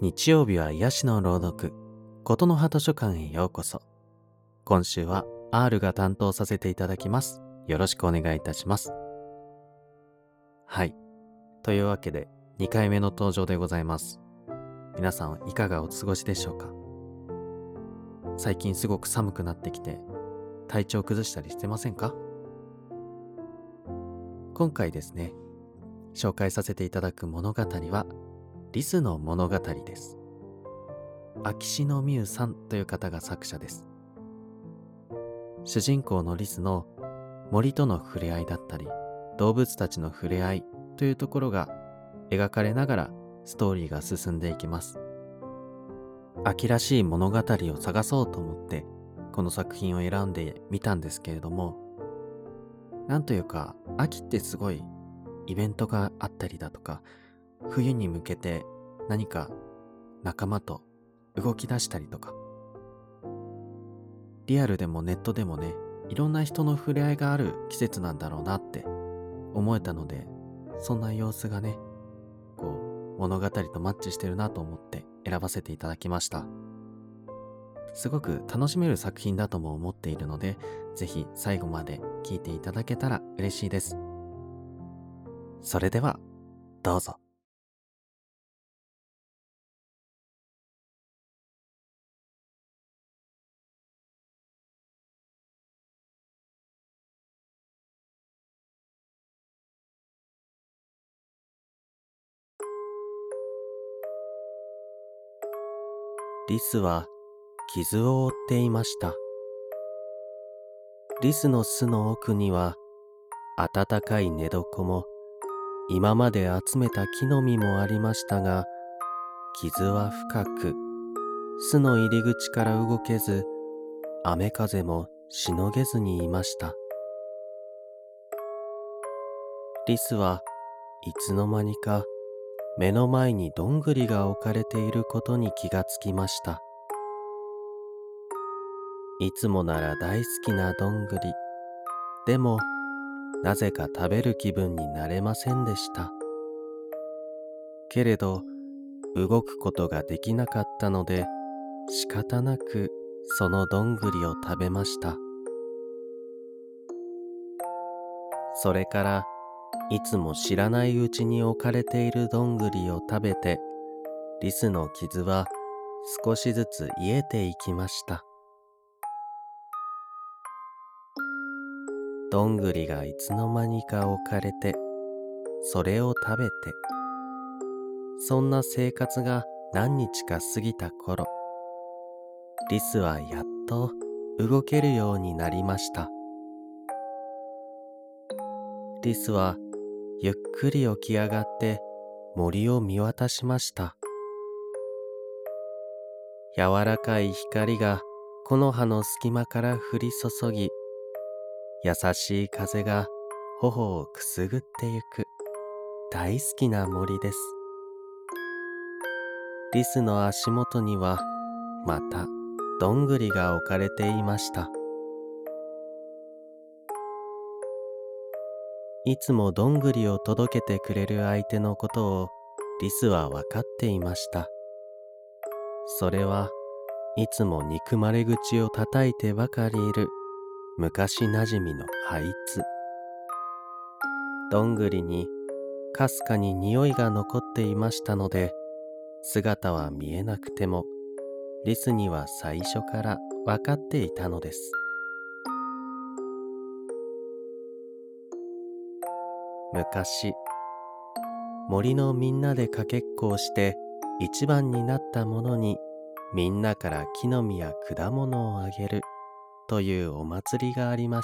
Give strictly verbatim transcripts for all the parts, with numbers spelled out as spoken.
日曜日は癒しの朗読、ことの葉図書館へようこそ。今週は R が担当させていただきます。よろしくお願いいたします。はい。というわけで、にかいめの登場でございます。皆さんいかがお過ごしでしょうか？最近すごく寒くなってきて、体調崩したりしてませんか？今回ですね、紹介させていただく物語は、リスの物語です。秋篠美羽さんという方が作者です。主人公のリスの森との触れ合いだったり、動物たちの触れ合いというところが描かれながらストーリーが進んでいきます。秋らしい物語を探そうと思ってこの作品を選んでみたんですけれども、なんというか秋ってすごいイベントがあったりだとか、冬に向けて何か仲間と動き出したりとか、リアルでもネットでもね、いろんな人の触れ合いがある季節なんだろうなって思えたので、そんな様子がね、こう物語とマッチしてるなと思って選ばせていただきました。すごく楽しめる作品だとも思っているので、ぜひ最後まで聞いていただけたら嬉しいです。それではどうぞ。リスは傷を負っていました。リスの巣の奥には暖かい寝床も今まで集めた木の実もありましたが、傷は深く、巣の入り口から動けず、雨風もしのげずにいました。リスはいつの間にか目の前にどんぐりが置かれていることに気がつきました。いつもなら大好きなどんぐり。でも、なぜか食べる気分になれませんでした。けれど、動くことができなかったので、仕方なくそのどんぐりを食べました。それからいつも知らないうちに置かれているどんぐりを食べて、リスの傷は少しずつ癒えていきました。どんぐりがいつの間にか置かれて、それを食べて、そんな生活が何日か過ぎた頃、リスはやっと動けるようになりました。リスはゆっくり起き上がって森を見渡しました。柔らかい光が木の葉の隙間から降り注ぎ、優しい風が頬をくすぐってゆく大好きな森です。リスの足元にはまたどんぐりが置かれていました。いつもどんぐりを届けてくれる相手のことをリスは分かっていました。それはいつも憎まれ口を叩いてばかりいる昔なじみのあいつ。どんぐりにかすかに匂いが残っていましたので、姿は見えなくてもリスには最初から分かっていたのです。昔、森のみんなでかけっこをして一番になったものに、みんなから木の実や果物をあげるというお祭りがありました。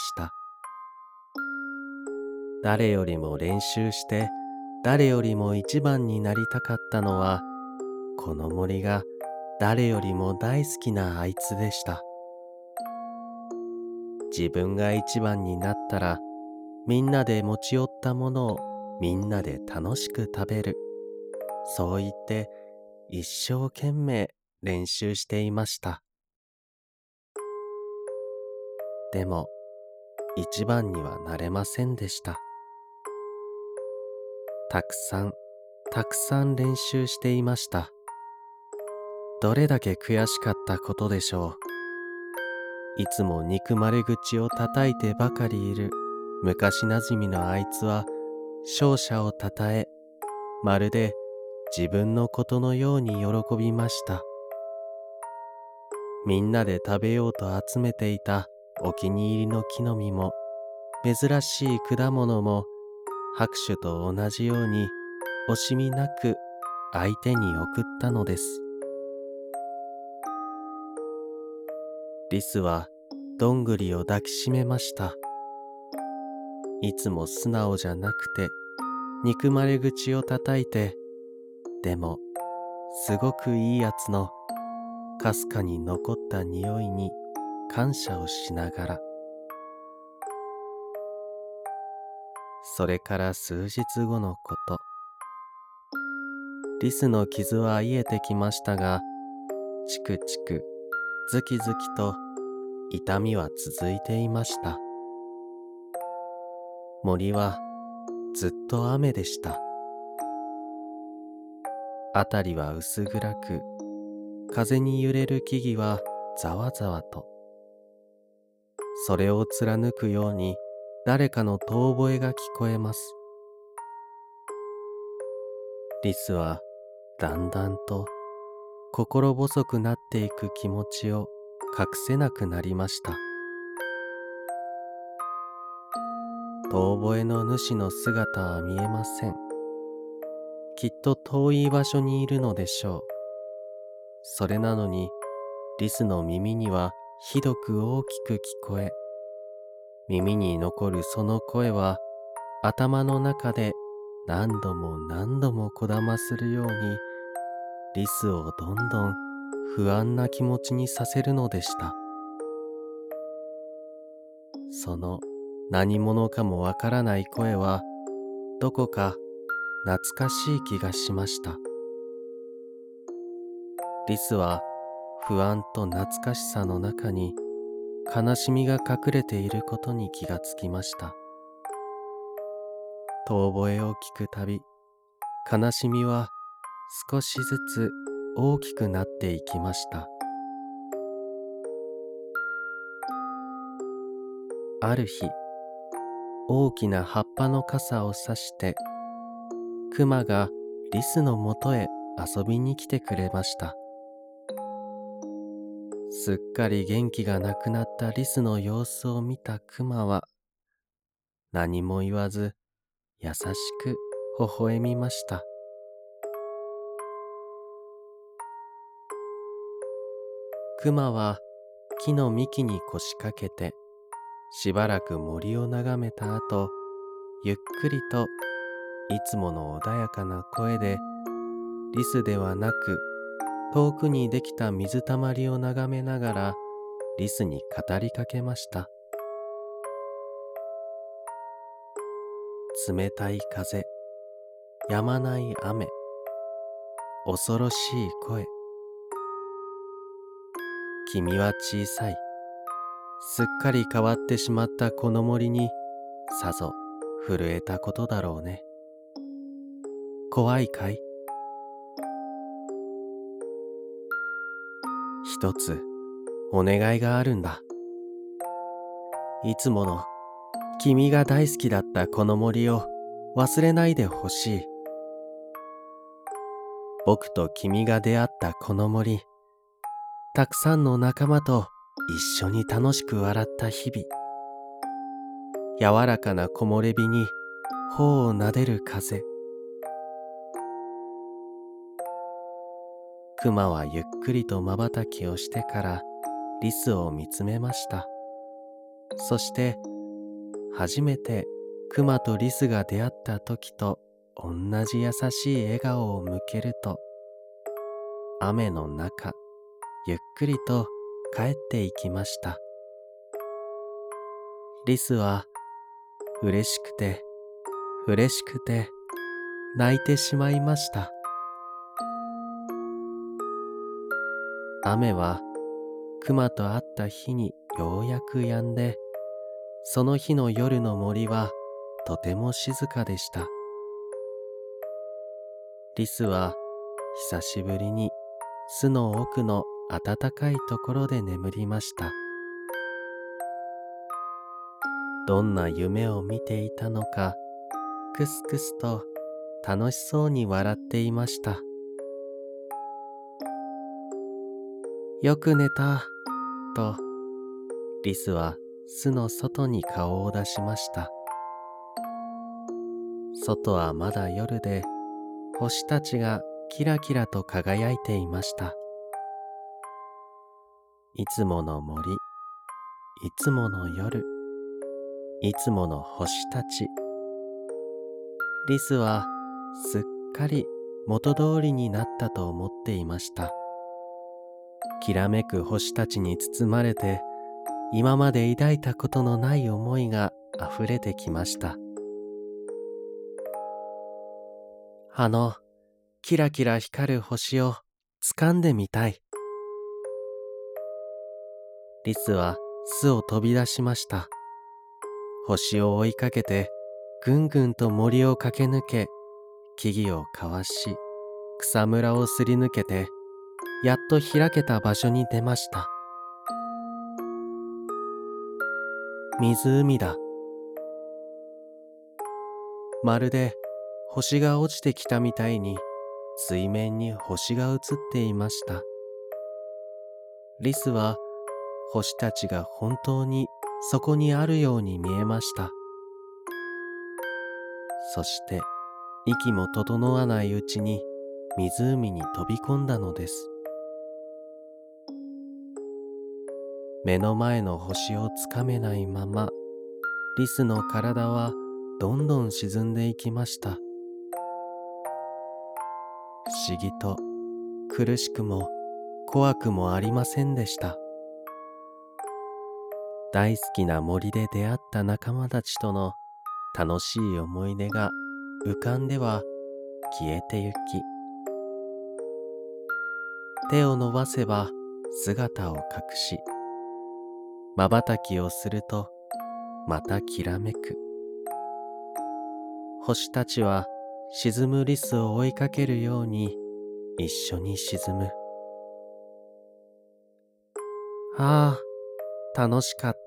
誰よりも練習して誰よりも一番になりたかったのは、この森が誰よりも大好きなあいつでした。自分が一番になったら、みんなで持ち寄ったものをみんなで楽しく食べる。そう言って一生懸命練習していました。でも一番にはなれませんでした。たくさんたくさん練習していました。 どれだけ悔しかったことでしょう。いつも憎まれ口を叩いてばかりいる昔なじみのあいつは勝者をたたえ、まるで自分のことのように喜びました。みんなで食べようと集めていたお気に入りの木の実も珍しい果物も拍手と同じように惜しみなく相手に送ったのです。リスはどんぐりを抱きしめました。いつも素直じゃなくて憎まれ口を叩いて、でもすごくいいやつのかすかに残った匂いに感謝をしながら、それから数日後のこと、リスの傷は癒えてきましたが、チクチクズキズキと痛みは続いていました。森はずっと雨でした。あたりは薄暗く、風に揺れる木々はざわざわと、それを貫くように誰かの遠吠えが聞こえます。リスはだんだんと心細くなっていく気持ちを隠せなくなりました。遠吠えの主の姿は見えません。きっと遠い場所にいるのでしょう。それなのにリスの耳にはひどく大きく聞こえ、耳に残るその声は頭の中で何度も何度もこだまするようにリスをどんどん不安な気持ちにさせるのでした。その何者かもわからない声はどこか懐かしい気がしました。リスは不安と懐かしさの中に悲しみが隠れていることに気がつきました。遠吠えを聞くたび、悲しみは少しずつ大きくなっていきました。ある日、大きな葉っぱの傘をさして、クマがリスのもとへ遊びに来てくれました。すっかり元気がなくなったリスの様子を見たクマは、何も言わず優しく微笑みました。クマは木の幹に腰掛けて、しばらく森を眺めた後、ゆっくりといつもの穏やかな声で、リスではなく遠くにできた水たまりを眺めながらリスに語りかけました。冷たい風、止まない雨、恐ろしい声。君は小さい、すっかり変わってしまったこの森にさぞ震えたことだろうね。怖いかい？一つお願いがあるんだ。いつもの君が大好きだったこの森を忘れないでほしい。僕と君が出会ったこの森、たくさんの仲間と一緒に楽しく笑った日々、柔らかな木漏れ日に頬を撫でる風。クマはゆっくりと瞬きをしてからリスを見つめました。そして初めてクマとリスが出会った時と同じ優しい笑顔を向けると、雨の中ゆっくりと帰っていきました。リスは嬉しくて嬉しくて泣いてしまいました。雨はクマと会った日にようやく止んで、その日の夜の森はとても静かでした。リスは久しぶりに巣の奥の暖かいところで眠りました。どんな夢を見ていたのか、くすくすと楽しそうに笑っていました。よく寝た、と、リスは巣の外に顔を出しました。外はまだ夜で、星たちがキラキラと輝いていました。いつもの森、いつもの夜、いつもの星たち。リスはすっかり元通りになったと思っていました。きらめく星たちに包まれて、今まで抱いたことのない思いがあふれてきました。あのキラキラ光る星を掴んでみたい。リスは巣を飛び出しました。星を追いかけて、ぐんぐんと森を駆け抜け、木々をかわし、草むらをすり抜けて、やっと開けた場所に出ました。湖だ。まるで星が落ちてきたみたいに、水面に星が映っていました。リスは星たちが本当にそこにあるように見えました。そして息も整わないうちに湖に飛び込んだのです。目の前の星をつかめないまま、リスの体はどんどん沈んでいきました。不思議と苦しくも怖くもありませんでした。大好きな森で出会った仲間たちとの楽しい思い出が浮かんでは消えてゆき、手を伸ばせば姿を隠し、瞬きをするとまたきらめく。星たちは沈むリスを追いかけるように一緒に沈む。ああ、楽しかった。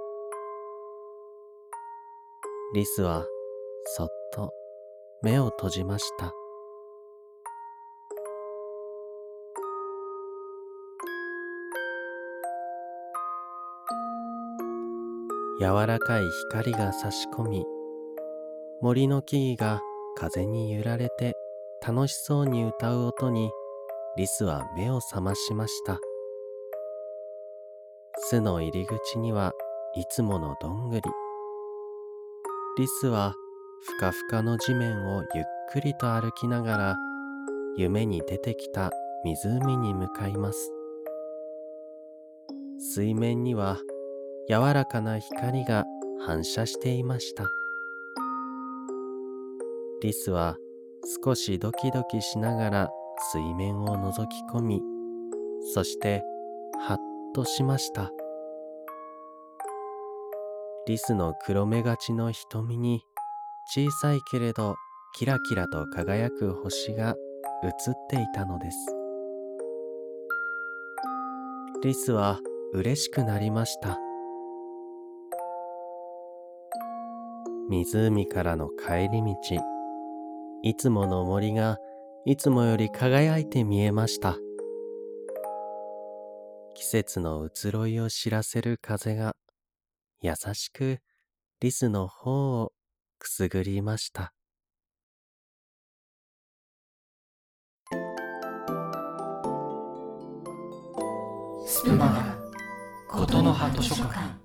リスはそっと目を閉じました。柔らかい光が差し込み、森の木々が風に揺られて楽しそうに歌う音にリスは目を覚ましました。巣の入り口にはいつものどんぐり。リスはふかふかの地面をゆっくりと歩きながら夢に出てきた湖に向かいます。水面には柔らかな光が反射していました。リスは少しドキドキしながら水面を覗き込み、そしてはっとしました。リスの黒目がちの瞳に小さいけれどキラキラと輝く星が映っていたのです。リスは嬉しくなりました。湖からの帰り道、いつもの森がいつもより輝いて見えました。季節の移ろいを知らせる風が優しくリスの頬をくすぐりました。 スプマガことの葉図書館。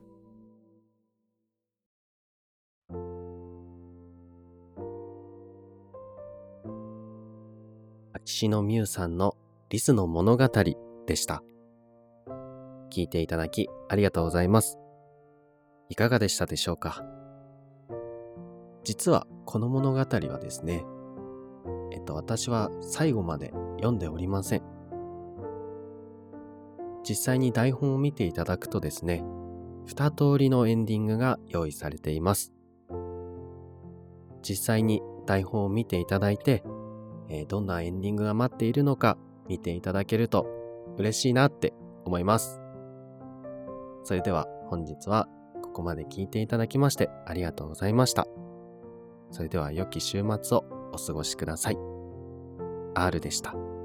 秋篠美優さんのリスの物語でした。聞いていただきありがとうございます。いかがでしたでしょうか。実はこの物語はですね、えっと私は最後まで読んでおりません。実際に台本を見ていただくとですね、二通りのエンディングが用意されています。実際に台本を見ていただいて、えーどんなエンディングが待っているのか見ていただけると嬉しいなって思います。それでは本日はここまで聞いていただきましてありがとうございました。それでは良き週末をお過ごしください。R でした。